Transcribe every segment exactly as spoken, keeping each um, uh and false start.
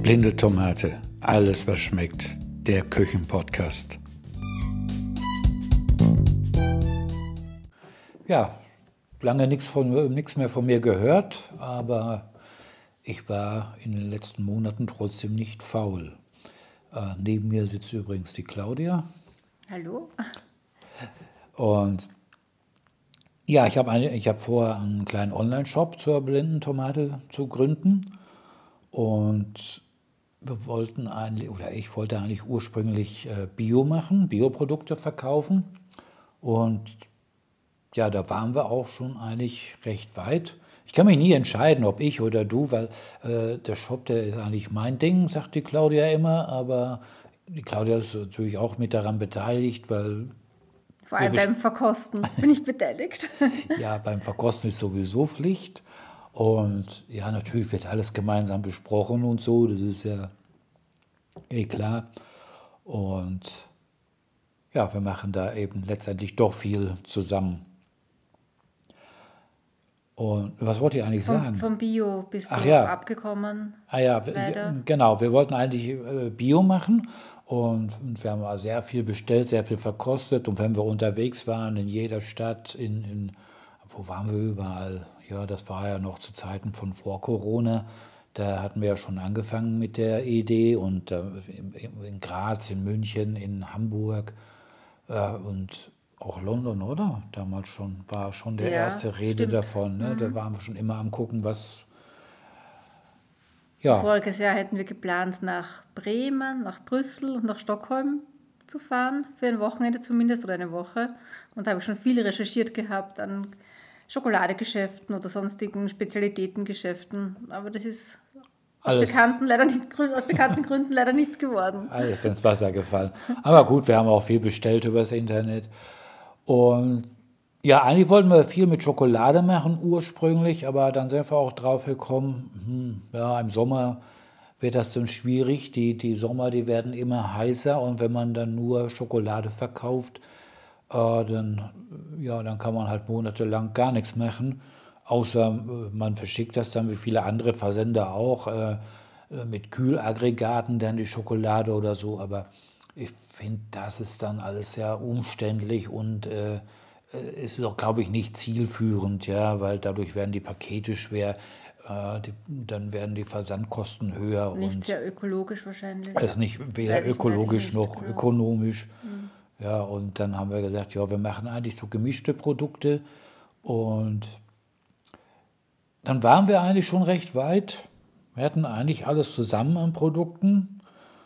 Blinde Tomate, alles was schmeckt, der Küchenpodcast. Ja, lange nichts von, nichts mehr von mir gehört, aber ich war in den letzten Monaten trotzdem nicht faul. Äh, neben mir sitzt übrigens die Claudia. Hallo? Und ja, ich habe eine, ich habe vor, einen kleinen Online-Shop zur blinden Tomate zu gründen. Und wir wollten eigentlich, oder ich wollte eigentlich ursprünglich äh, Bio machen, Bioprodukte verkaufen. Und ja, da waren wir auch schon eigentlich recht weit. Ich kann mich nie entscheiden, ob ich oder du, weil äh, der Shop, der ist eigentlich mein Ding, sagt die Claudia immer. Aber die Claudia ist natürlich auch mit daran beteiligt, weil Vor wir allem best- beim Verkosten bin ich beteiligt. ja, beim Verkosten ist sowieso Pflicht. Und ja, natürlich wird alles gemeinsam besprochen und so, das ist ja eh klar. Und ja, wir machen da eben letztendlich doch viel zusammen. Und was wollte ich eigentlich Vom, sagen? vom Bio bist Ach du ja, abgekommen, ah ja, wir- ja, leider. genau, wir wollten eigentlich äh, Bio machen und, und wir haben sehr viel bestellt, sehr viel verkostet und wenn wir unterwegs waren in jeder Stadt, in, in wo waren wir überall? Ja, das war ja noch zu Zeiten von vor Corona. Da hatten wir ja schon angefangen mit der Idee und äh, in, in Graz, in München, in Hamburg äh, und auch London, oder? Damals schon war schon der Ja, erste Rede stimmt. davon. Ne? Da waren wir schon immer am gucken, was ja, Voriges Jahr hätten wir geplant, nach Bremen, nach Brüssel und nach Stockholm zu fahren, für ein Wochenende zumindest oder eine Woche. Und da habe ich schon viel recherchiert gehabt an Schokoladegeschäften oder sonstigen Spezialitätengeschäften. Aber das ist aus alles bekannten, leider nicht, Grün- aus bekannten Gründen leider nichts geworden. Alles ins Wasser gefallen. Aber gut, wir haben auch viel bestellt übers Internet. Und ja, eigentlich wollten wir viel mit Schokolade machen ursprünglich, aber dann sind wir auch drauf gekommen, hm, ja, im Sommer wird das dann schwierig. Die, die Sommer, die werden immer heißer und wenn man dann nur Schokolade verkauft, äh, dann, ja, dann kann man halt monatelang gar nichts machen. Außer äh, man verschickt das dann wie viele andere Versender auch äh, äh, mit Kühlaggregaten dann die Schokolade oder so. Aber ich finde, das ist dann alles sehr umständlich und äh, äh, ist auch, glaube ich, nicht zielführend, ja, weil dadurch werden die Pakete schwer, äh, die, dann werden die Versandkosten höher Nicht und sehr ökologisch wahrscheinlich. es ist nicht weder Weiß ich, weiß ich ökologisch nicht, noch genau. ökonomisch. Ja, und dann haben wir gesagt, ja, wir machen eigentlich so gemischte Produkte. Und dann waren wir eigentlich schon recht weit. Wir hatten eigentlich alles zusammen an Produkten.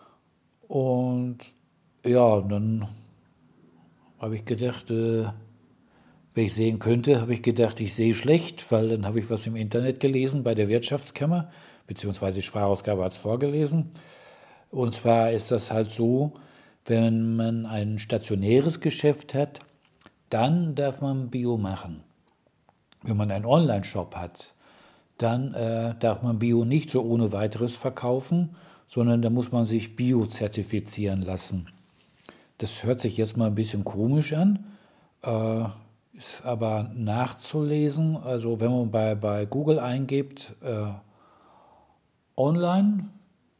Und ja, dann habe ich gedacht, äh, wenn ich sehen könnte, habe ich gedacht, ich sehe schlecht, weil dann habe ich was im Internet gelesen bei der Wirtschaftskammer, beziehungsweise die Sprachausgabe hat es vorgelesen. Und zwar ist das halt so, wenn man ein stationäres Geschäft hat, dann darf man Bio machen. Wenn man einen Online-Shop hat, dann äh, darf man Bio nicht so ohne weiteres verkaufen, sondern da muss man sich Bio zertifizieren lassen. Das hört sich jetzt mal ein bisschen komisch an, äh, ist aber nachzulesen. Also wenn man bei, bei Google eingibt, äh, online,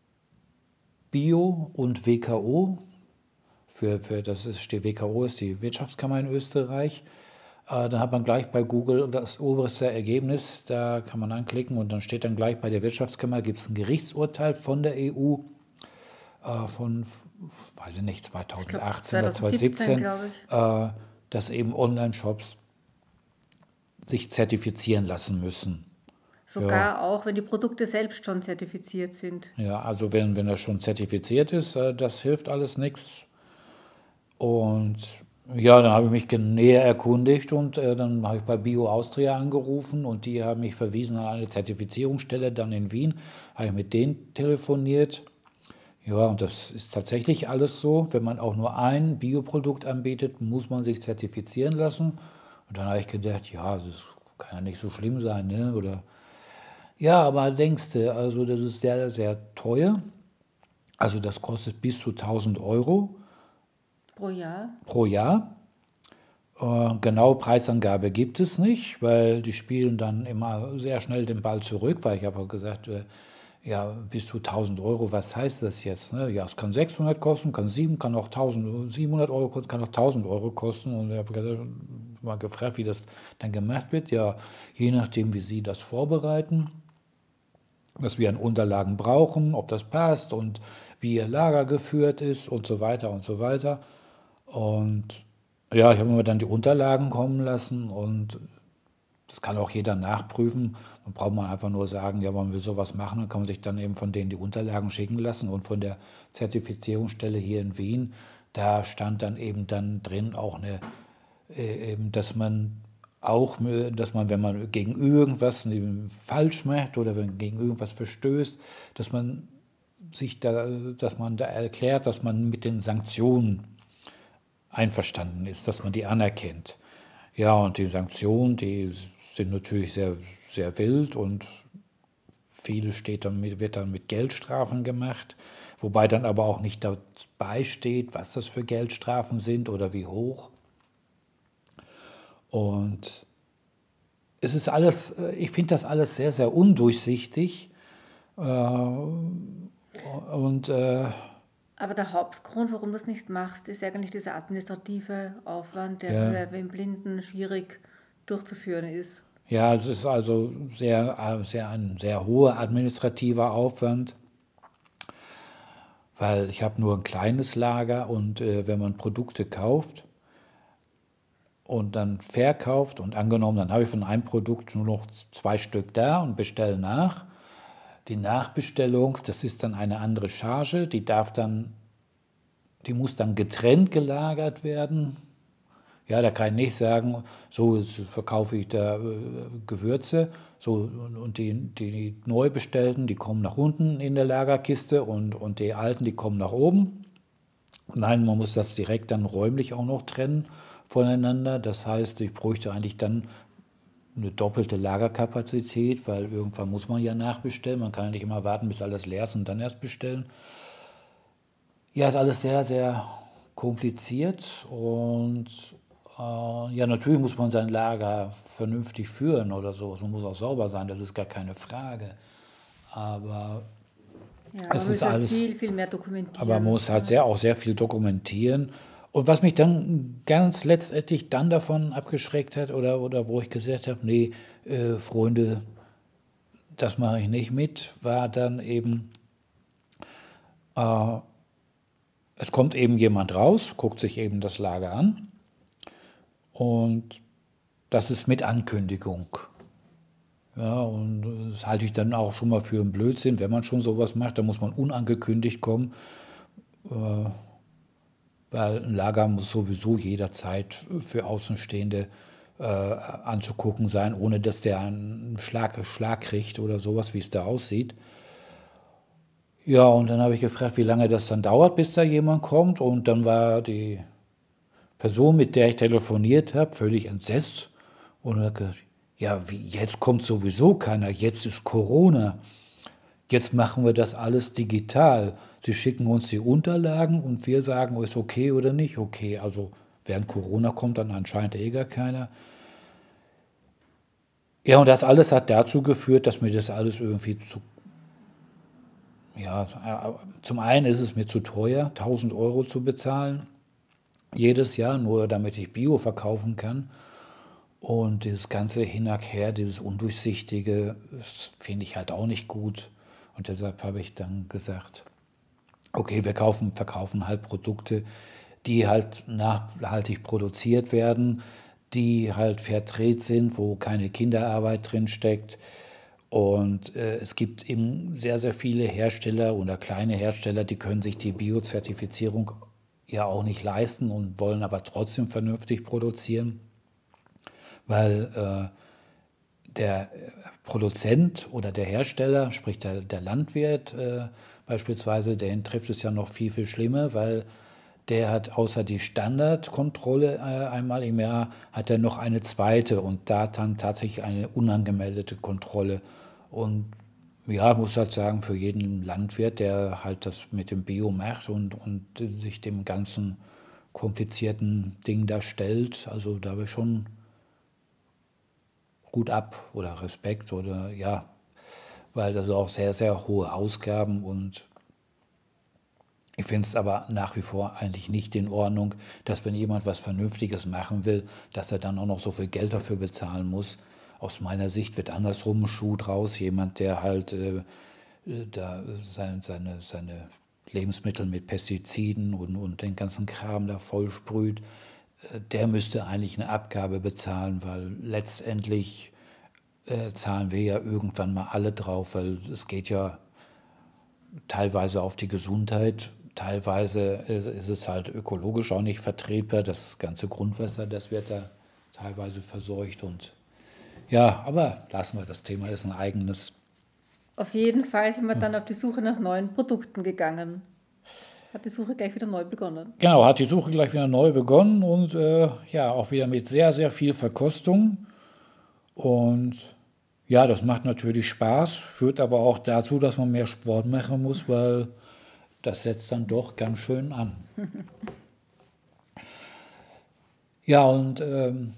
Bio und W K O, für, für das ist die W K O ist die Wirtschaftskammer in Österreich. Äh, dann hat man gleich bei Google das oberste Ergebnis, da kann man anklicken und dann steht dann gleich bei der Wirtschaftskammer, gibt es ein Gerichtsurteil von der E U äh, von, weiß ich nicht, Ich glaube zweitausendachtzehn oder zwanzig siebzehn, zweitausendsiebzehn, glaube ich. äh, dass eben Online-Shops sich zertifizieren lassen müssen. Ja, Sogar auch, wenn die Produkte selbst schon zertifiziert sind. ja, also wenn, wenn das schon zertifiziert ist, äh, das hilft alles nichts. Und ja, dann habe ich mich gen- näher erkundigt und äh, dann habe ich bei Bio Austria angerufen und die haben mich verwiesen an eine Zertifizierungsstelle dann in Wien. Habe ich mit denen telefoniert. Ja, und das ist tatsächlich alles so. Wenn man auch nur ein Bioprodukt anbietet, muss man sich zertifizieren lassen. Und dann habe ich gedacht, ja, das kann ja nicht so schlimm sein, ne? Oder ja, aber denkst du, also das ist sehr, sehr teuer. Also das kostet bis zu tausend Euro Pro Jahr. pro Jahr. Äh, genaue Preisangabe gibt es nicht, weil die spielen dann immer sehr schnell den Ball zurück, weil ich habe auch gesagt, äh, ja, bis zu tausend Euro, was heißt das jetzt? Ne? Ja, es kann sechshundert kosten, kann sieben, kann auch tausend, siebenhundert Euro kosten, kann auch tausend Euro kosten. Und ich habe mal gefragt, wie das dann gemacht wird. Ja, je nachdem, wie Sie das vorbereiten, was wir an Unterlagen brauchen, ob das passt und wie Ihr Lager geführt ist und so weiter und so weiter. Und ja, ich habe mir dann die Unterlagen kommen lassen und das kann auch jeder nachprüfen. Man braucht man einfach nur sagen, ja, man will sowas machen, dann kann man sich dann eben von denen die Unterlagen schicken lassen. Und von der Zertifizierungsstelle hier in Wien, da stand dann eben dann drin auch eine, äh, eben, dass man auch, äh, dass man, wenn man gegen irgendwas eben falsch macht oder wenn gegen irgendwas verstößt, dass man sich da, dass man da erklärt, dass man mit den Sanktionen einverstanden ist, dass man die anerkennt. Ja, und die Sanktionen, die sind natürlich sehr, sehr wild und viele steht dann mit, wird dann mit Geldstrafen gemacht, wobei dann aber auch nicht dabei steht, was das für Geldstrafen sind oder wie hoch. Und es ist alles, äh, ich finde das alles sehr, sehr undurchsichtig. Äh, und äh, Aber der Hauptgrund, warum du es nicht machst, ist eigentlich dieser administrative Aufwand, der ja, für wen Blinden schwierig durchzuführen ist. ja, es ist also sehr, äh, sehr ein sehr hoher administrativer Aufwand, weil ich habe nur ein kleines Lager und äh, wenn man Produkte kauft und dann verkauft und angenommen, dann habe ich von einem Produkt nur noch zwei Stück da und bestelle nach. Die Nachbestellung, das ist dann eine andere Charge, die darf dann, die muss dann getrennt gelagert werden. Ja, da kann ich nicht sagen, so jetzt verkaufe ich da äh, Gewürze, so und die, die neu bestellten, die kommen nach unten in der Lagerkiste und, und die alten, die kommen nach oben. Nein, man muss das direkt dann räumlich auch noch trennen voneinander. Das heißt, ich bräuchte eigentlich dann eine doppelte Lagerkapazität, weil irgendwann muss man ja nachbestellen. Man kann ja nicht immer warten, bis alles leer ist und dann erst bestellen. Ja, ist alles sehr, sehr kompliziert und äh, ja, natürlich muss man sein Lager vernünftig führen oder so. Es muss auch sauber sein, das ist gar keine Frage. Aber Ja, es man ist muss ja alles, viel, viel mehr aber man dokumentieren. muss halt Ja. sehr, auch sehr viel dokumentieren. Und was mich dann ganz letztendlich dann davon abgeschreckt hat oder, oder wo ich gesagt habe, nee, äh, Freunde, das mache ich nicht mit, war dann eben, äh, es kommt eben jemand raus, guckt sich eben das Lager an und das ist mit Ankündigung. Ja, und das halte ich dann auch schon mal für einen Blödsinn, wenn man schon sowas macht, dann muss man unangekündigt kommen, äh, weil ein Lager muss sowieso jederzeit für Außenstehende äh, anzugucken sein, ohne dass der einen Schlag, Schlag kriegt oder sowas, wie es da aussieht. Ja, und dann habe ich gefragt, wie lange das dann dauert, bis da jemand kommt. Und dann war die Person, mit der ich telefoniert habe, völlig entsetzt und hat gesagt, ja, wie, jetzt kommt sowieso keiner, jetzt ist Corona. Jetzt machen wir das alles digital. Sie schicken uns die Unterlagen und wir sagen, ist okay oder nicht okay. Also während Corona kommt dann anscheinend eh gar keiner. Ja, und das alles hat dazu geführt, dass mir das alles irgendwie zu, ja, äh, zum einen ist es mir zu teuer, tausend Euro zu bezahlen, jedes Jahr, nur damit ich Bio verkaufen kann. Und dieses ganze Hin-Her, dieses Undurchsichtige, das finde ich halt auch nicht gut. Und deshalb habe ich dann gesagt, okay, wir kaufen, verkaufen halt Produkte, die halt nachhaltig produziert werden, die halt Fairtrade sind, wo keine Kinderarbeit drin steckt. Und äh, es gibt eben sehr, sehr viele Hersteller oder kleine Hersteller, die können sich die Biozertifizierung ja auch nicht leisten und wollen aber trotzdem vernünftig produzieren, weil äh, der Produzent oder der Hersteller, sprich der, der Landwirt äh, beispielsweise, den trifft es ja noch viel, viel schlimmer, weil der hat außer die Standardkontrolle äh, einmal im Jahr, hat er noch eine zweite und da dann tatsächlich eine unangemeldete Kontrolle. Und ja, muss halt sagen, für jeden Landwirt, der halt das mit dem Bio macht und, und sich dem ganzen komplizierten Ding da stellt, also da habe ich schon Hut ab oder Respekt oder ja. weil das auch sehr, sehr hohe Ausgaben und ich finde es aber nach wie vor eigentlich nicht in Ordnung, dass wenn jemand was Vernünftiges machen will, dass er dann auch noch so viel Geld dafür bezahlen muss. Aus meiner Sicht wird andersrum ein Schuh draus. Jemand, der halt äh, äh, da seine, seine, seine Lebensmittel mit Pestiziden und, und den ganzen Kram da vollsprüht, äh, der müsste eigentlich eine Abgabe bezahlen, weil letztendlich äh, zahlen wir ja irgendwann mal alle drauf, weil es geht ja teilweise auf die Gesundheit, teilweise ist, ist es halt ökologisch auch nicht vertretbar. Das ganze Grundwasser, das wird da teilweise verseucht und ja, aber lassen wir, das Thema ist ein eigenes. Auf jeden Fall sind wir dann auf die Suche nach neuen Produkten gegangen. Hat die Suche gleich wieder neu begonnen. Genau, hat die Suche gleich wieder neu begonnen und äh, ja, auch wieder mit sehr, sehr viel Verkostung. Und ja, das macht natürlich Spaß, führt aber auch dazu, dass man mehr Sport machen muss, weil das setzt dann doch ganz schön an. Ja, und ähm,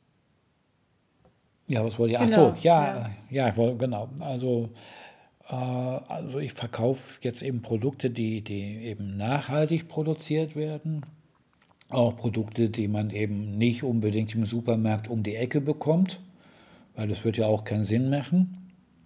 ja, was wollte ich? Ach so, Genau, ja. ja, ja, ich wollte, genau. Also, äh, also ich verkaufe jetzt eben Produkte, die, die eben nachhaltig produziert werden. Auch Produkte, die man eben nicht unbedingt im Supermarkt um die Ecke bekommt, weil das wird ja auch keinen Sinn machen.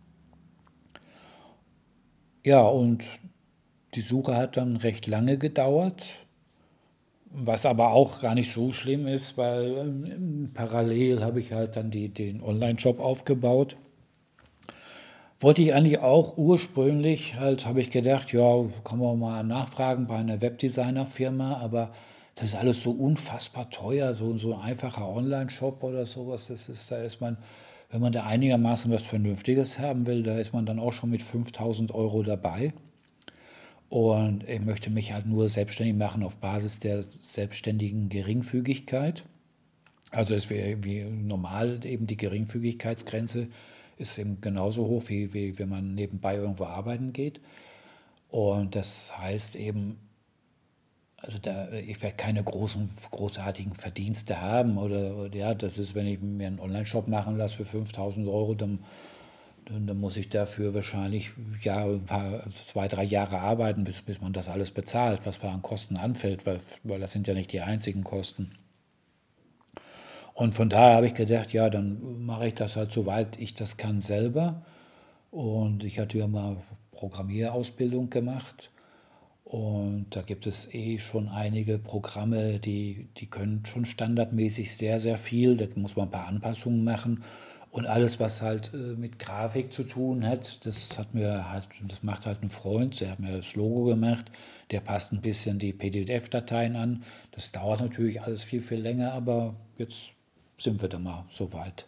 Ja, und die Suche hat dann recht lange gedauert, was aber auch gar nicht so schlimm ist, weil ähm, parallel habe ich halt dann die, den Online-Shop aufgebaut. Wollte ich eigentlich auch ursprünglich, halt habe ich gedacht, ja, kann man mal nachfragen bei einer Webdesigner-Firma, aber das ist alles so unfassbar teuer, so, so ein einfacher Online-Shop oder sowas, das ist, da ist man, wenn man da einigermaßen was Vernünftiges haben will, da ist man dann auch schon mit fünftausend Euro dabei. Und ich möchte mich halt nur selbstständig machen auf Basis der selbstständigen Geringfügigkeit. Also es wäre wie normal eben die Geringfügigkeitsgrenze ist eben genauso hoch, wie, wie wenn man nebenbei irgendwo arbeiten geht. Und das heißt eben, also da, ich werde keine großen, großartigen Verdienste haben. Oder, oder ja, das ist, wenn ich mir einen Online-Shop machen lasse für fünftausend Euro, dann, dann, dann muss ich dafür wahrscheinlich ja, ein paar, zwei, drei Jahre arbeiten, bis, bis man das alles bezahlt, was da an Kosten anfällt, weil, weil das sind ja nicht die einzigen Kosten. Und von daher habe ich gedacht, ja, dann mache ich das halt, soweit ich das kann, selber. Und ich hatte ja mal Programmierausbildung gemacht. Und da gibt es eh schon einige Programme, die, die können schon standardmäßig sehr, sehr viel. Da muss man ein paar Anpassungen machen. Und alles, was halt äh, mit Grafik zu tun hat, das hat mir halt, das macht halt ein Freund, der hat mir das Logo gemacht, der passt ein bisschen die P D F-Dateien an. Das dauert natürlich alles viel, viel länger, aber jetzt sind wir da mal so weit.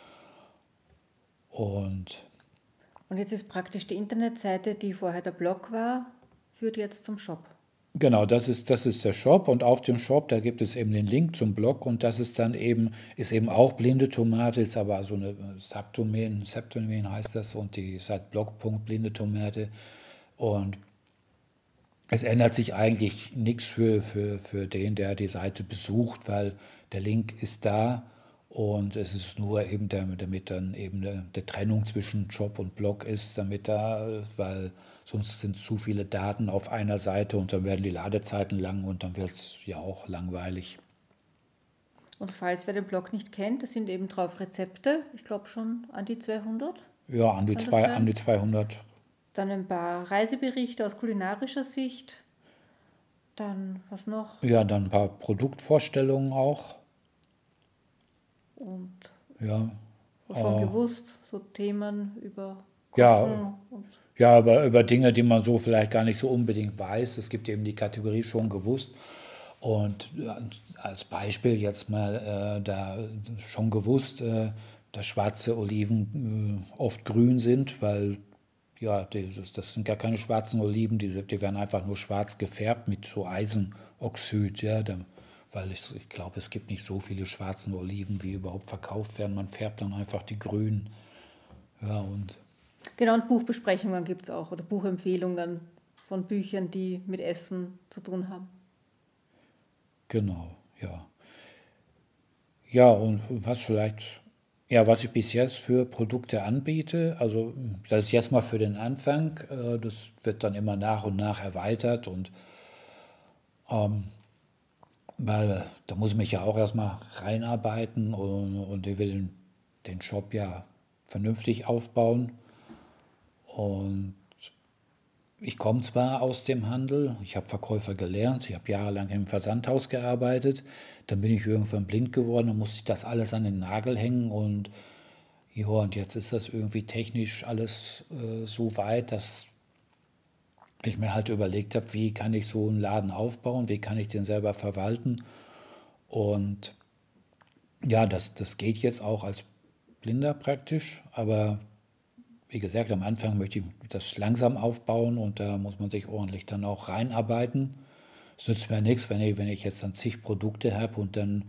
Und Und jetzt ist praktisch die Internetseite, die vorher der Blog war, führt jetzt zum Shop. genau, das ist, das ist der Shop und auf dem Shop, da gibt es eben den Link zum Blog und das ist dann eben, ist eben auch blinde Tomate, ist aber so eine Subdomain, Subdomain heißt das und die ist halt blog.blinde Tomate und es ändert sich eigentlich nichts für, für, für den, der die Seite besucht, weil der Link ist da und es ist nur eben, der, damit dann eben eine, der Trennung zwischen Job und Blog ist, damit da, weil sonst sind zu viele Daten auf einer Seite und dann werden die Ladezeiten lang und dann wird es ja auch langweilig. Und falls wer den Blog nicht kennt, das sind eben drauf Rezepte, ich glaube schon an die zweihundert, Ja, an die, kann das zwei, an sein? die zweihundert. Dann ein paar Reiseberichte aus kulinarischer Sicht. Dann was noch? Ja, dann ein paar Produktvorstellungen auch. Und Ja, schon gewusst, so Themen über ja, Kochen und ja, über, über Dinge, die man so vielleicht gar nicht so unbedingt weiß. Es gibt eben die Kategorie schon gewusst. Und ja, als Beispiel jetzt mal äh, da schon gewusst, äh, dass schwarze Oliven äh, oft grün sind, weil ja, das, das sind gar keine schwarzen Oliven, die, die werden einfach nur schwarz gefärbt mit so Eisenoxid, ja, da, weil ich, ich glaube, es gibt nicht so viele schwarzen Oliven, wie überhaupt verkauft werden. Man färbt dann einfach die grünen. Ja, und genau, und Buchbesprechungen gibt es auch oder Buchempfehlungen von Büchern, die mit Essen zu tun haben. genau, ja. Ja, und was vielleicht Ja, was ich bis jetzt für Produkte anbiete, also das ist jetzt mal für den Anfang, äh, das wird dann immer nach und nach erweitert und weil äh, da muss ich mich ja auch erstmal reinarbeiten und, und ich will den Shop ja vernünftig aufbauen. Und ich komme zwar aus dem Handel, ich habe Verkäufer gelernt, ich habe jahrelang im Versandhaus gearbeitet, dann bin ich irgendwann blind geworden und musste ich das alles an den Nagel hängen und ja, und jetzt ist das irgendwie technisch alles äh, so weit, dass ich mir halt überlegt habe, wie kann ich so einen Laden aufbauen, wie kann ich den selber verwalten. Und ja, das, das geht jetzt auch als Blinder praktisch, aber wie gesagt, am Anfang möchte ich das langsam aufbauen und da muss man sich ordentlich dann auch reinarbeiten. Es nützt mir nichts, wenn ich, wenn ich jetzt dann zig Produkte habe und dann,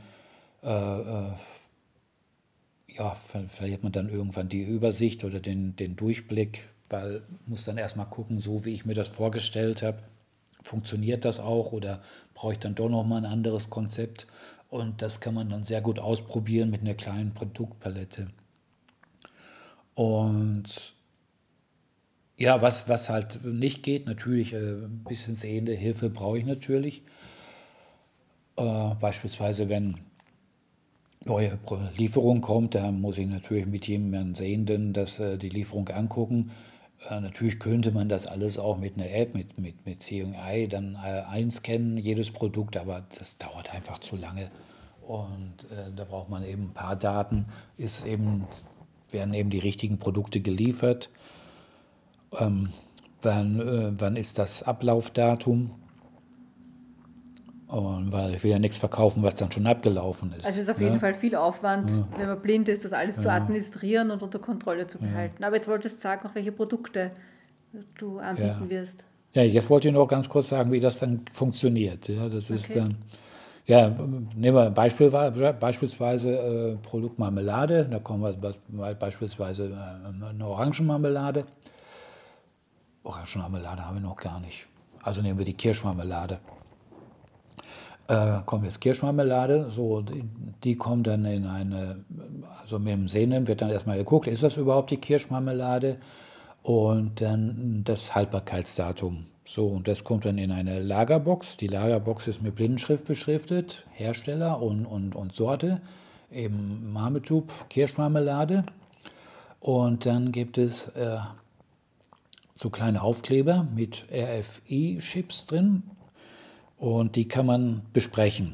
ja, ver- verliert man dann irgendwann die Übersicht oder den, den Durchblick, weil muss dann erstmal gucken, so wie ich mir das vorgestellt habe, funktioniert das auch oder brauche ich dann doch nochmal ein anderes Konzept? Und das kann man dann sehr gut ausprobieren mit einer kleinen Produktpalette. Und ja, was, was halt nicht geht, natürlich äh, ein bisschen sehende Hilfe brauche ich natürlich. Äh, beispielsweise, wenn neue Pro- Lieferung kommt, da muss ich natürlich mit jemandem Sehenden das, äh, die Lieferung angucken. Äh, natürlich könnte man das alles auch mit einer App, mit, mit, mit C und I dann äh, einscannen, jedes Produkt, aber das dauert einfach zu lange. Und äh, da braucht man eben ein paar Daten, ist eben, werden eben die richtigen Produkte geliefert. Wann, äh, wann ist das Ablaufdatum? Und weil ich will ja nichts verkaufen, was dann schon abgelaufen Also ist. es ist auf jeden Ne? Fall viel Aufwand, wenn man blind ist, das alles zu administrieren und unter Kontrolle zu behalten. Aber jetzt wolltest du sagen, noch welche Produkte du Ja. anbieten wirst. Ja, jetzt wollte ich noch ganz kurz sagen, wie das dann funktioniert. Ja, das ist Okay. dann, ja, nehmen wir Beispiel, beispielsweise äh, Produkt Marmelade, da kommen wir be- be- beispielsweise äh, eine Orangenmarmelade. Orangenmarmelade haben wir noch gar nicht. Also nehmen wir die Kirschmarmelade. Äh, kommt jetzt Kirschmarmelade, so, die, die kommt dann in eine, also mit dem Sehnen wird dann erstmal geguckt, ist das überhaupt die Kirschmarmelade? Und dann das Haltbarkeitsdatum. So, und das kommt dann in eine Lagerbox. Die Lagerbox ist mit Blindenschrift beschriftet, Hersteller und, und, und Sorte, eben Marmetub, Kirschmarmelade. Und dann gibt es äh, so kleine Aufkleber mit R F I-Chips drin und die kann man besprechen.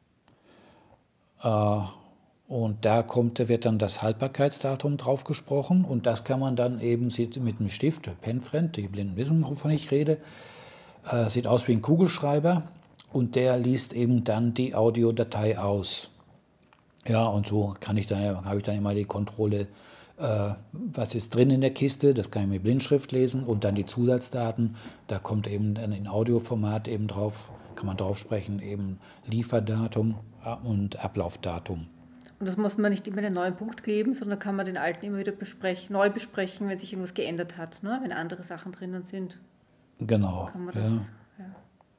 Und da kommt, da wird dann das Haltbarkeitsdatum drauf gesprochen und das kann man dann eben sieht mit einem Stift, Penfriend, die Blinden wissen, wovon ich rede, äh, sieht aus wie ein Kugelschreiber und der liest eben dann die Audiodatei aus. Ja, und so kann ich dann, habe ich dann immer die Kontrolle, äh, was ist drin in der Kiste, das kann ich mit Blindschrift lesen und dann die Zusatzdaten, da kommt eben dann in Audioformat eben drauf, kann man drauf sprechen, eben Lieferdatum äh, und Ablaufdatum. Und das muss man nicht immer den neuen Punkt kleben, sondern kann man den alten immer wieder besprechen, neu besprechen, wenn sich irgendwas geändert hat. Ne? Wenn andere Sachen drinnen sind, Genau, kann man ja. das. Ja.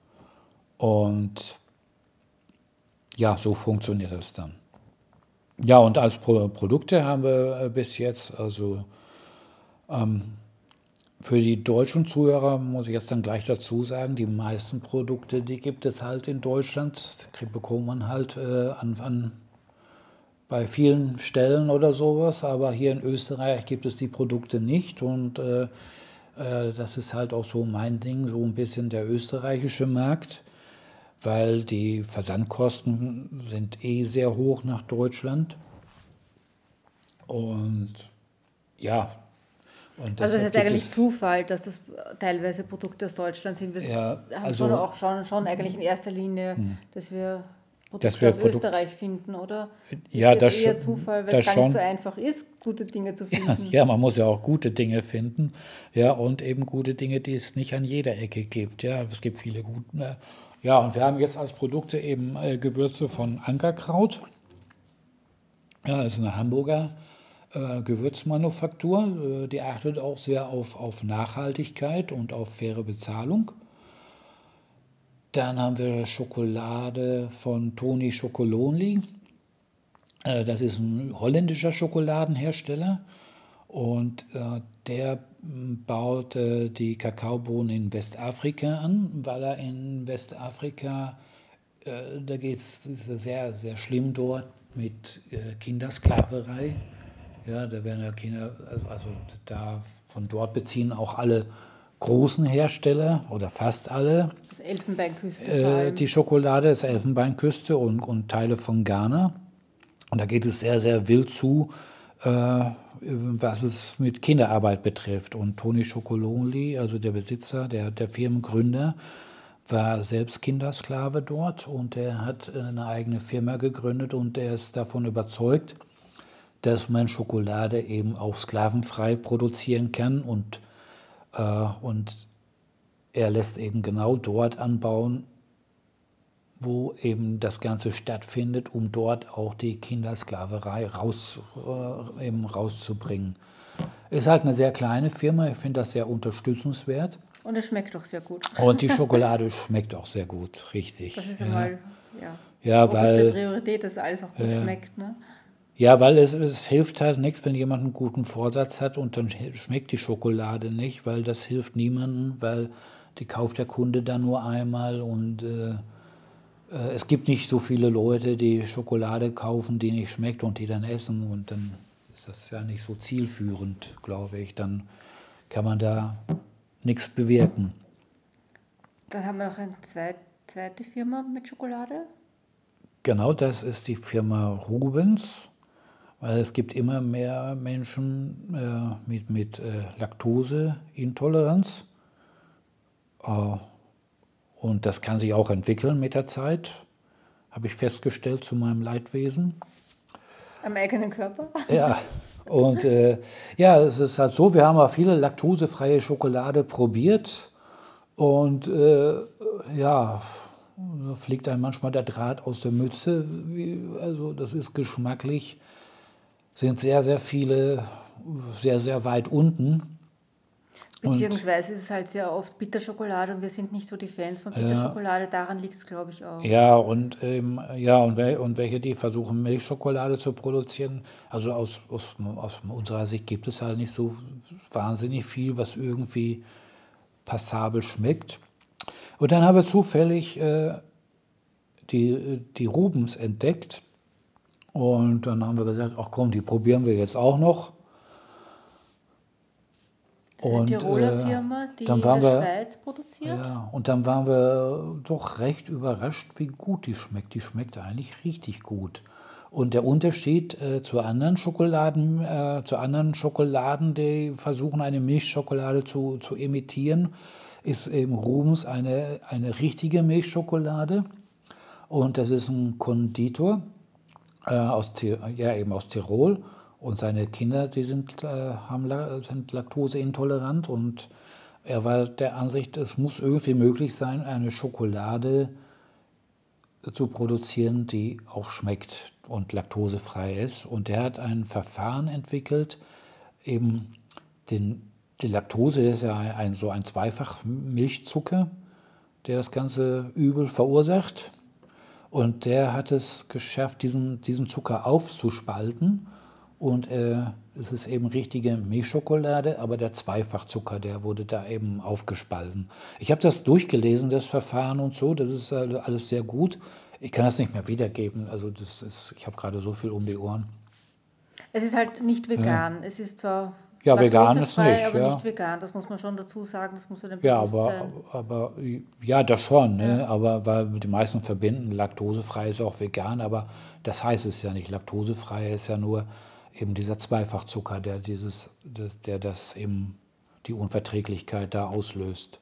Und ja, so funktioniert das dann. Ja, und als Pro Produkte haben wir äh, bis jetzt, also für die deutschen Zuhörer muss ich jetzt dann gleich dazu sagen, die meisten Produkte, die gibt es halt in Deutschland, die bekommt man halt äh, an, an, bei vielen Stellen oder sowas, aber hier in Österreich gibt es die Produkte nicht und äh, äh, das ist halt auch so mein Ding, so ein bisschen der österreichische Markt, weil die Versandkosten sind eh sehr hoch nach Deutschland und ja, und Also es ist deshalb jetzt gibt eigentlich es, Zufall, dass das teilweise Produkte aus Deutschland sind. Wir ja, haben schon also, auch schon, schon eigentlich in erster Linie, dass wir dass Produkte wir aus Produkt, Österreich finden, oder? Ist ja, jetzt das, eher schon- Zufall, weil es das gar nicht so schon, einfach ist, gute Dinge zu finden. ja, man muss ja auch gute Dinge finden, ja, und eben gute Dinge, die es nicht an jeder Ecke gibt, ja, es gibt viele gute, äh, ja, und wir haben jetzt als Produkte eben äh, Gewürze von Ankerkraut, ja, das ist eine Hamburger äh, Gewürzmanufaktur, äh, die achtet auch sehr auf, auf Nachhaltigkeit und auf faire Bezahlung. Dann haben wir Schokolade von Toni Chocolonely. Äh, das ist ein holländischer Schokoladenhersteller und äh, der m, baut äh, die Kakaobohnen in Westafrika an, weil er in Westafrika, äh, da geht es sehr, sehr schlimm dort mit äh, Kindersklaverei. Ja, da werden ja Kinder, also, also da von dort beziehen auch alle großen Hersteller oder fast alle Also Elfenbeinküste vor äh, allem. die Schokolade, ist Elfenbeinküste und, und Teile von Ghana. Und da geht es sehr, sehr wild zu, äh, was es mit Kinderarbeit betrifft. Und Tony Chocolonely, also der Besitzer, der, der Firmengründer, war selbst Kindersklave dort und er hat eine eigene Firma gegründet und er ist davon überzeugt, dass man Schokolade eben auch sklavenfrei produzieren kann und, äh, und er lässt eben genau dort anbauen, wo eben das Ganze stattfindet, um dort auch die Kindersklaverei raus, äh, eben rauszubringen. Ist halt eine sehr kleine Firma, ich finde das sehr unterstützenswert. Und es schmeckt doch sehr gut. Und die Schokolade schmeckt auch sehr gut, richtig. Das ist Ja, einmal, ja, ja oberste weil, Priorität, dass alles auch gut schmeckt. Ne? ja, weil es, es hilft halt nichts, wenn jemand einen guten Vorsatz hat und dann sch- schmeckt die Schokolade nicht, weil das hilft niemandem, weil die kauft der Kunde dann nur einmal und äh, Äh, Es gibt nicht so viele Leute, die Schokolade kaufen, die nicht schmeckt und die dann essen. Und dann ist das ja nicht so zielführend, glaube ich. Dann kann man da nichts bewirken. Dann haben wir noch eine zweit, zweite Firma mit Schokolade. Genau, das ist die Firma Rubens, weil es gibt immer mehr Menschen äh, mit, mit äh, Laktoseintoleranz. Äh, und das kann sich auch entwickeln mit der Zeit, habe ich festgestellt zu meinem Leidwesen. Am eigenen Körper. Ja, und äh, ja, es ist halt so, wir haben auch viele laktosefreie Schokolade probiert und äh, ja, da fliegt einem manchmal der Draht aus der Mütze. Wie, also das ist geschmacklich, sind sehr, sehr viele sehr, sehr weit unten. Und Beziehungsweise ist es halt sehr oft Bitterschokolade und wir sind nicht so die Fans von Bitterschokolade. Daran liegt es, glaube ich, auch. ja, und, ähm, ja, und, wel und welche, die versuchen, Milchschokolade zu produzieren. Also aus, aus, aus unserer Sicht gibt es halt nicht so wahnsinnig viel, was irgendwie passabel schmeckt. Und dann haben wir zufällig äh, die, die Rubens entdeckt. Und dann haben wir gesagt, ach komm, die probieren wir jetzt auch noch. Das ist eine Und Tiroler äh, Firma, die dann in waren der wir, Schweiz produziert. ja, und dann waren wir doch recht überrascht, wie gut die schmeckt. Die schmeckt eigentlich richtig gut. Und der Unterschied äh, zu anderen Schokoladen, äh, zu anderen Schokoladen, die versuchen, eine Milchschokolade zu, zu imitieren, ist eben Rubens eine, eine richtige Milchschokolade. Und das ist ein Konditor äh, aus, Ti- ja, eben aus Tirol. Und seine Kinder, die sind, äh, haben, La- sind laktoseintolerant. Und er war der Ansicht, es muss irgendwie möglich sein, eine Schokolade zu produzieren, die auch schmeckt und laktosefrei ist. Und er hat ein Verfahren entwickelt, eben den, die Laktose ist ja ein, so ein Zweifach-Milchzucker, der das ganze Übel verursacht. Und der hat es geschafft, diesen, diesen Zucker aufzuspalten. Und äh, es ist eben richtige Milchschokolade, aber der Zweifachzucker, der wurde da eben aufgespalten. Ich habe das durchgelesen, das Verfahren und so, das ist äh, alles sehr gut. Ich kann das nicht mehr wiedergeben, also das ist, ich habe gerade so viel um die Ohren. Es ist halt nicht vegan. Es ist zwar Ja, vegan ist laktosefrei, nicht, aber ja. nicht vegan. Das muss man schon dazu sagen. Das muss ja dem Ja, bewusst aber, sein. aber ja, das schon, Ja. ne? Aber weil die meisten verbinden, laktosefrei ist auch vegan, aber das heißt es ja nicht. Laktosefrei ist ja nur eben dieser Zweifachzucker, der dieses, das- der das eben die Unverträglichkeit da auslöst.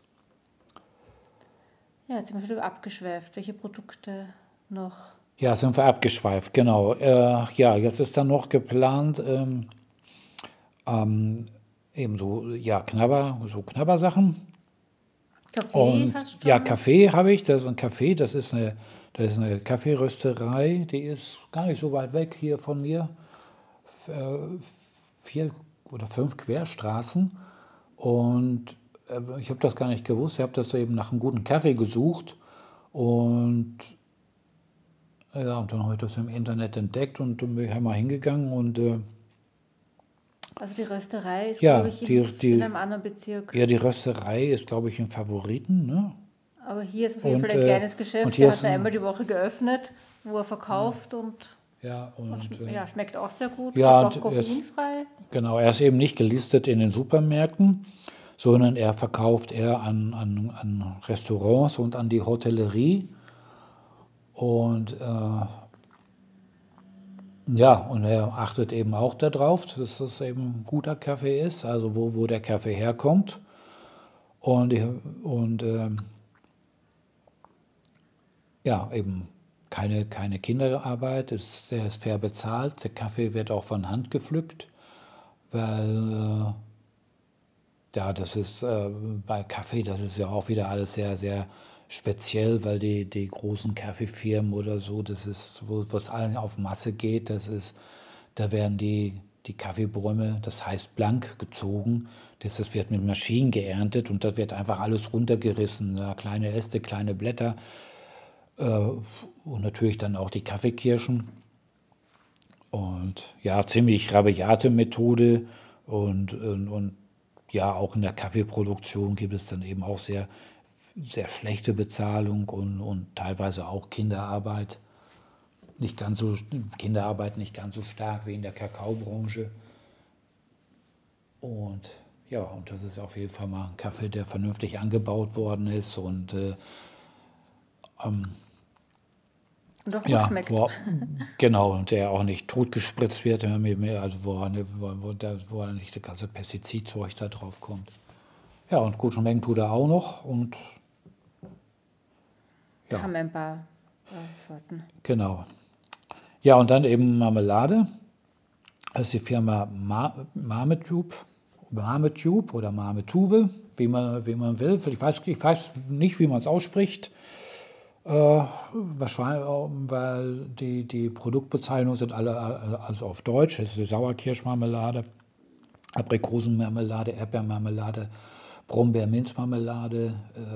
Ja, jetzt sind wir schon abgeschweift. Welche Produkte noch? Ja, sind wir abgeschweift, genau. Äh, ja, jetzt ist dann noch geplant, ähm, ähm, eben so, ja, Knabber, so Knabbersachen. Kaffee Und hast du ja, schon? Kaffee habe ich. Das ist ein Kaffee. Das ist eine, das ist eine Kaffeerösterei. Die ist gar nicht so weit weg hier von mir. F- äh, Vier oder fünf Querstraßen. Und äh, ich habe das gar nicht gewusst. Ich habe das so eben nach einem guten Kaffee gesucht. Und Ja, und dann habe ich das im Internet entdeckt und dann bin ich einmal hingegangen und äh, Also die Rösterei ist, glaube ja, ich, im, die, in die, einem anderen Bezirk. ja, die Rösterei ist, glaube ich, im Favoriten, ne? Aber hier ist auf jeden Fall Und, ein äh, kleines und Geschäft, hier der ist hat da einmal ein, die Woche geöffnet, wo er verkauft und ja, und äh, ja, schmeckt auch sehr gut, ja, glaube und auch er ist, koffeinfrei. genau, er ist eben nicht gelistet in den Supermärkten, sondern er verkauft eher an, an, an Restaurants und an die Hotellerie. Und äh, ja, und er achtet eben auch darauf, dass das eben guter Kaffee ist, also wo, wo der Kaffee herkommt. Und, und ähm, ja, eben keine, keine Kinderarbeit, ist, der ist fair bezahlt, der Kaffee wird auch von Hand gepflückt, weil äh, ja, das ist äh, bei Kaffee, das ist ja auch wieder alles sehr, sehr speziell, weil die, die großen Kaffeefirmen oder so, das ist, wo es allen auf Masse geht, das ist, da werden die, die Kaffeebäume, das heißt blank gezogen, das, das wird mit Maschinen geerntet und da wird einfach alles runtergerissen, ja, kleine Äste, kleine Blätter äh, und natürlich dann auch die Kaffeekirschen. Und ja, ziemlich rabiate Methode und, und, und ja, auch in der Kaffeeproduktion gibt es dann eben auch sehr, sehr schlechte Bezahlung und, und teilweise auch Kinderarbeit. Nicht ganz so, Kinderarbeit nicht ganz so stark wie in der Kakaobranche. Und ja, und das ist auf jeden Fall mal ein Kaffee, der vernünftig angebaut worden ist und äh, Und auch gut ja, schmeckt. wo, genau, und der auch nicht totgespritzt wird, ja, mit- mit- also wo, wo, wo, da, wo nicht das ganze Pestizidzeug da drauf kommt. Ja, und gut schmecken tut er auch noch und Da ja, haben wir ein paar äh, Sorten. genau. Ja, und dann eben Marmelade. Das ist die Firma Mar Marmetube, Marmetube oder Marmetube, wie man, wie man will. Ich weiß, ich weiß nicht, wie man es ausspricht. Äh, wahrscheinlich, äh, weil die, die Produktbezeichnungen sind alle äh, also auf Deutsch. Es ist die Sauerkirschmarmelade, Aprikosenmarmelade, Erdbeermarmelade, Brombeer-Minzmarmelade,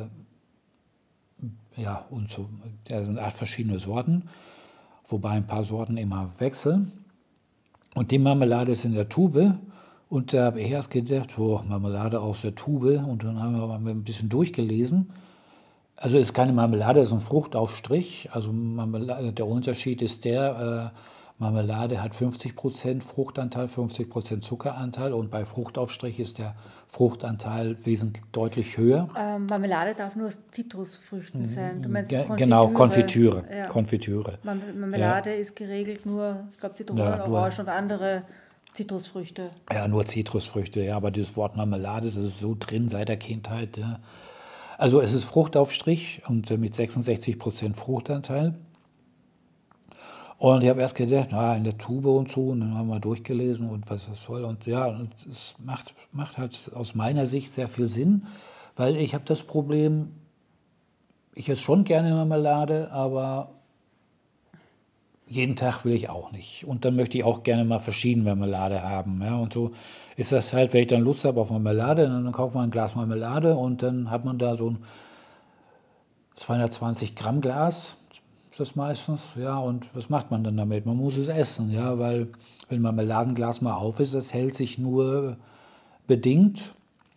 äh, ja, und so. Da sind acht verschiedene Sorten, wobei ein paar Sorten immer wechseln. Und die Marmelade ist in der Tube. Und da habe ich erst gedacht, oh, Marmelade aus der Tube. Und dann haben wir mal ein bisschen durchgelesen. Also ist keine Marmelade, ist ein Fruchtaufstrich. Also Marmelade, der Unterschied ist der, äh, Marmelade hat fünfzig Prozent Fruchtanteil, fünfzig Prozent Zuckeranteil und bei Fruchtaufstrich ist der Fruchtanteil wesentlich deutlich höher. Ähm, Marmelade darf nur aus Zitrusfrüchten sein. Du meinst Ge Konfitüre? genau, Konfitüre. Ja. Konfitüre. Marm- Ja, Marmelade ist geregelt nur, ich glaube, Zitronen, ja, nur, Orangen und andere Zitrusfrüchte. ja, nur Zitrusfrüchte. Ja, aber dieses Wort Marmelade, das ist so drin seit der Kindheit. Ja. Also es ist Fruchtaufstrich und äh, mit sechsundsechzig Prozent Fruchtanteil. Und ich habe erst gedacht, na, in der Tube und so, und dann haben wir durchgelesen und was das soll. Und ja, und es macht, macht halt aus meiner Sicht sehr viel Sinn, weil ich habe das Problem, ich esse schon gerne Marmelade, aber jeden Tag will ich auch nicht. Und dann möchte ich auch gerne mal verschiedene Marmelade haben. Ja. Und so ist das halt, wenn ich dann Lust habe auf Marmelade, dann kauft man ein Glas Marmelade und dann hat man da so ein zweihundertzwanzig Gramm Glas, ist das meistens, ja, und was macht man dann damit? Man muss es essen, ja, weil wenn Marmeladenglas mal auf ist, das hält sich nur bedingt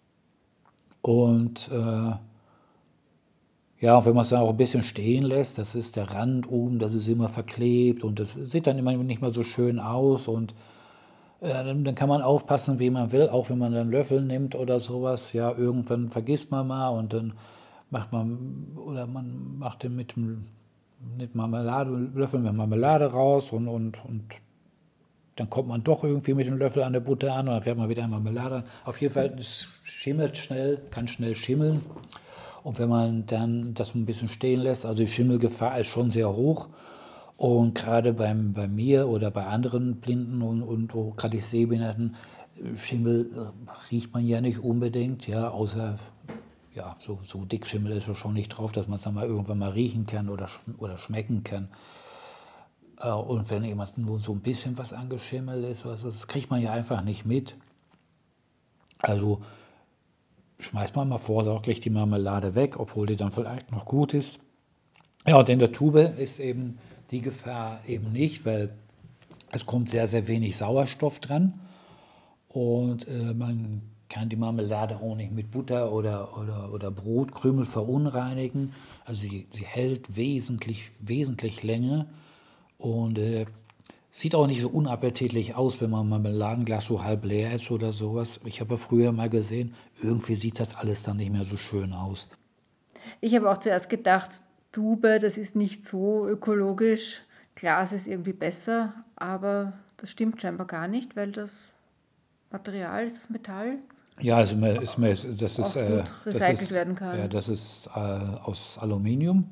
und äh, ja, und wenn man es dann auch ein bisschen stehen lässt, das ist der Rand oben, das ist immer verklebt und das sieht dann immer nicht mehr so schön aus und äh, dann, dann kann man aufpassen, wie man will, auch wenn man dann Löffel nimmt oder sowas, ja, irgendwann vergisst man mal und dann macht man, oder man macht den mit dem mit Marmelade, Löffel mit Marmelade raus und, und, und dann kommt man doch irgendwie mit dem Löffel an der Butter an und dann fährt man wieder in Marmelade an. Auf jeden Fall, es schimmelt schnell, kann schnell schimmeln. Und wenn man dann das ein bisschen stehen lässt, also die Schimmelgefahr ist schon sehr hoch. Und gerade beim, bei mir oder bei anderen Blinden und, und auch gerade die Sehbehinderten, Schimmel äh, riecht man ja nicht unbedingt, ja, außer ja, so, so dick Schimmel ist schon nicht drauf, dass man es dann mal irgendwann mal riechen kann oder, oder schmecken kann. Äh, und wenn jemand nur so ein bisschen was angeschimmelt ist, was, das kriegt man ja einfach nicht mit. Also schmeißt man mal vorsorglich die Marmelade weg, obwohl die dann vielleicht noch gut ist. Ja, und in der Tube ist eben die Gefahr eben nicht, weil es kommt sehr, sehr wenig Sauerstoff dran und äh, man kann die Marmelade auch nicht mit Butter oder, oder, oder Brotkrümel verunreinigen. Also sie, sie hält wesentlich, wesentlich länger und äh, sieht auch nicht so unappetitlich aus, wenn man Marmeladenglas so halb leer ist oder sowas. Ich habe ja früher mal gesehen, irgendwie sieht das alles dann nicht mehr so schön aus. Ich habe auch zuerst gedacht, Tube, das ist nicht so ökologisch. Glas ist irgendwie besser, aber das stimmt scheinbar gar nicht, weil das Material, ist das Metall, Ja, also mir ist mir, das ist, auch äh, gut das recycelt ist, werden ja, kann. das ist äh, aus Aluminium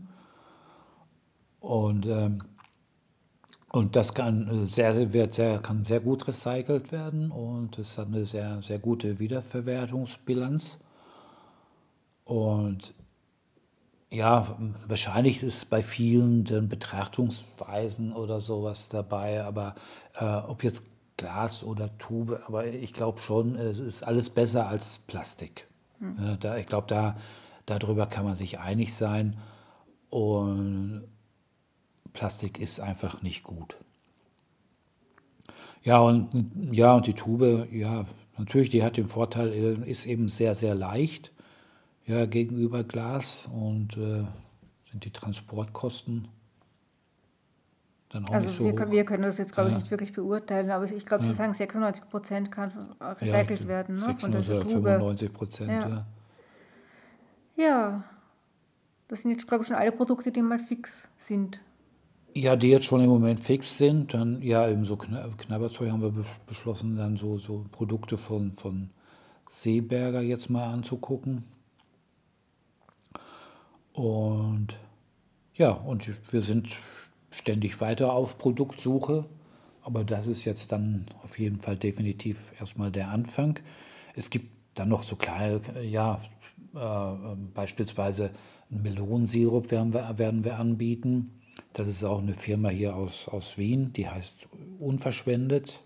und ähm, und das kann äh, sehr, sehr, wird sehr, kann sehr gut recycelt werden und es hat eine sehr, sehr gute Wiederverwertungsbilanz. Und ja, wahrscheinlich ist bei vielen dann Betrachtungsweisen oder sowas dabei, aber äh, ob jetzt Glas oder Tube, aber ich glaube schon, es ist alles besser als Plastik. Ja, da, ich glaube, da, darüber kann man sich einig sein und Plastik ist einfach nicht gut. Ja, und, ja, und die Tube, ja, natürlich, die hat den Vorteil, äh, ist eben sehr, sehr leicht, ja, gegenüber Glas und äh, sind die Transportkosten dann auch nicht Also so wir, können- hoch. wir können das jetzt, glaube ich, Ja, nicht wirklich beurteilen, aber ich glaube, Sie ja, sagen, sechsundneunzig Prozent kann ja, recycelt werden, ne, von sechsundneunzig dieser oder Tube. fünfundneunzig Prozent, Ja, ja. ja, das sind jetzt, glaube ich, schon alle Produkte, die mal fix sind. Ja, die jetzt schon im Moment fix sind, dann, ja, eben so Kna Knabberzeug haben wir bes- beschlossen, dann so, so Produkte von, von Seeberger jetzt mal anzugucken. Und ja, und wir sind ständig weiter auf Produktsuche, aber das ist jetzt dann auf jeden Fall definitiv erstmal der Anfang. Es gibt dann noch so kleine, äh, ja, äh, äh, beispielsweise einen Melonensirup werden wir, werden wir anbieten. Das ist auch eine Firma hier aus, aus Wien, die heißt Unverschwendet.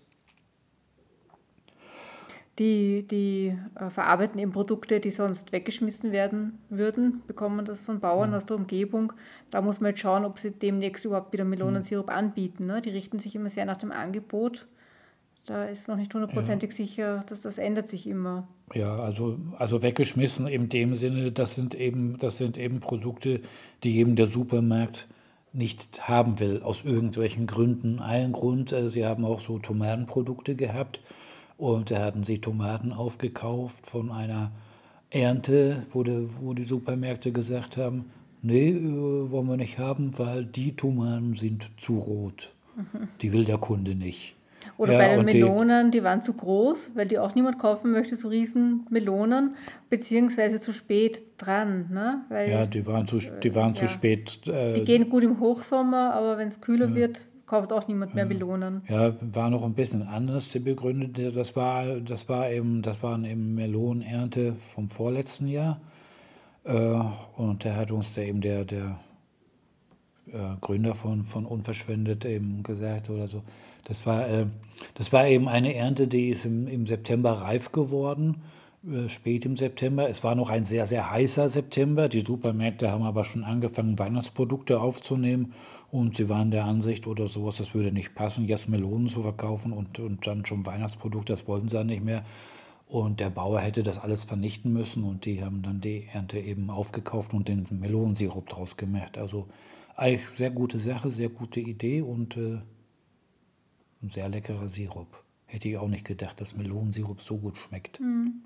Die, die äh, verarbeiten eben Produkte, die sonst weggeschmissen werden würden, bekommen das von Bauern aus der Umgebung. Da muss man jetzt schauen, ob sie demnächst überhaupt wieder Melonensirup anbieten. Ne? Die richten sich immer sehr nach dem Angebot. Da ist noch nicht Ja, hundertprozentig sicher, dass das ändert sich immer. ja, also, also weggeschmissen in dem Sinne, das sind eben, das sind eben Produkte, die eben der Supermarkt nicht haben will, aus irgendwelchen Gründen. Ein Grund, äh, sie haben auch so Tomatenprodukte gehabt und da hatten sie Tomaten aufgekauft von einer Ernte, wo, die, wo die Supermärkte gesagt haben, nee, äh, wollen wir nicht haben, weil die Tomaten sind zu rot. Die will der Kunde nicht. Oder bei Ja, den und die, Melonen, die waren zu groß, weil die auch niemand kaufen möchte, so riesen Melonen, beziehungsweise zu spät dran, ne? ja, Weil, die waren zu, die waren zu ja, spät. die Äh, gehen gut im Hochsommer, aber wenn es kühler ja, wird, kauft auch niemand mehr Melonen. ja, war noch ein bisschen anders die begründet. Das war, das war eben, das waren eben Melonenernte vom vorletzten Jahr. Äh, und der hat uns der eben der, der äh, Gründer von, von Unverschwendet eben gesagt oder so. Das war, äh, das war eben eine Ernte, die ist im, im September reif geworden, äh, spät im September. Es war noch ein sehr, sehr heißer September. Die Supermärkte haben aber schon angefangen, Weihnachtsprodukte aufzunehmen und sie waren der Ansicht oder sowas, das würde nicht passen, jetzt Melonen zu verkaufen und, und dann schon Weihnachtsprodukte, das wollten sie dann nicht mehr. Und der Bauer hätte das alles vernichten müssen und die haben dann die Ernte eben aufgekauft und den Melonensirup draus gemacht. Also eigentlich sehr gute Sache, sehr gute Idee und äh, ein sehr leckerer Sirup. Hätte ich auch nicht gedacht, dass Melonensirup so gut schmeckt.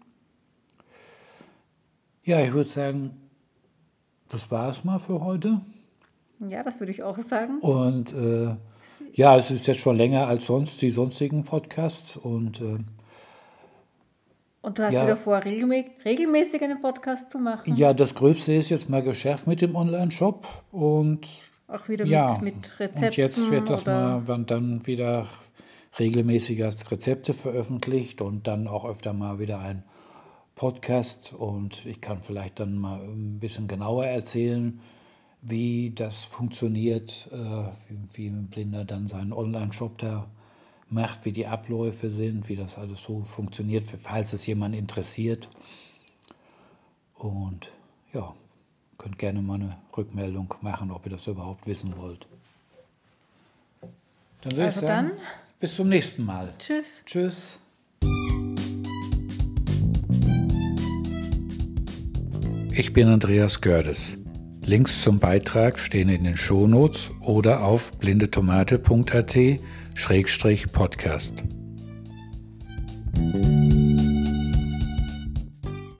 Ja, ich würde sagen, das war es mal für heute. Ja, das würde ich auch sagen. Und äh, ja, es ist jetzt schon länger als sonst die sonstigen Podcasts. Und äh, Und du hast wieder ja, vor, regelmä regelmäßig einen Podcast zu machen. ja, das Gröbste ist jetzt mal geschärft mit dem Online-Shop. Und Auch wieder mit, ja, mit und jetzt Rezepten wird das oder mal wann dann wieder regelmäßiger als Rezepte veröffentlicht und dann auch öfter mal wieder ein Podcast. Und ich kann vielleicht dann mal ein bisschen genauer erzählen, wie das funktioniert, äh, wie, wie ein Blinder dann seinen Online-Shop da macht, wie die Abläufe sind, wie das alles so funktioniert, falls es jemand interessiert. Und ja, könnt gerne mal eine Rückmeldung machen, ob ihr das überhaupt wissen wollt. Dann würde Also ich sagen, dann, bis zum nächsten Mal. tschüss. Tschüss. Ich bin Andreas Gördes. Links zum Beitrag stehen in den Shownotes oder auf blindetomate punkt a t schrägstrich podcast.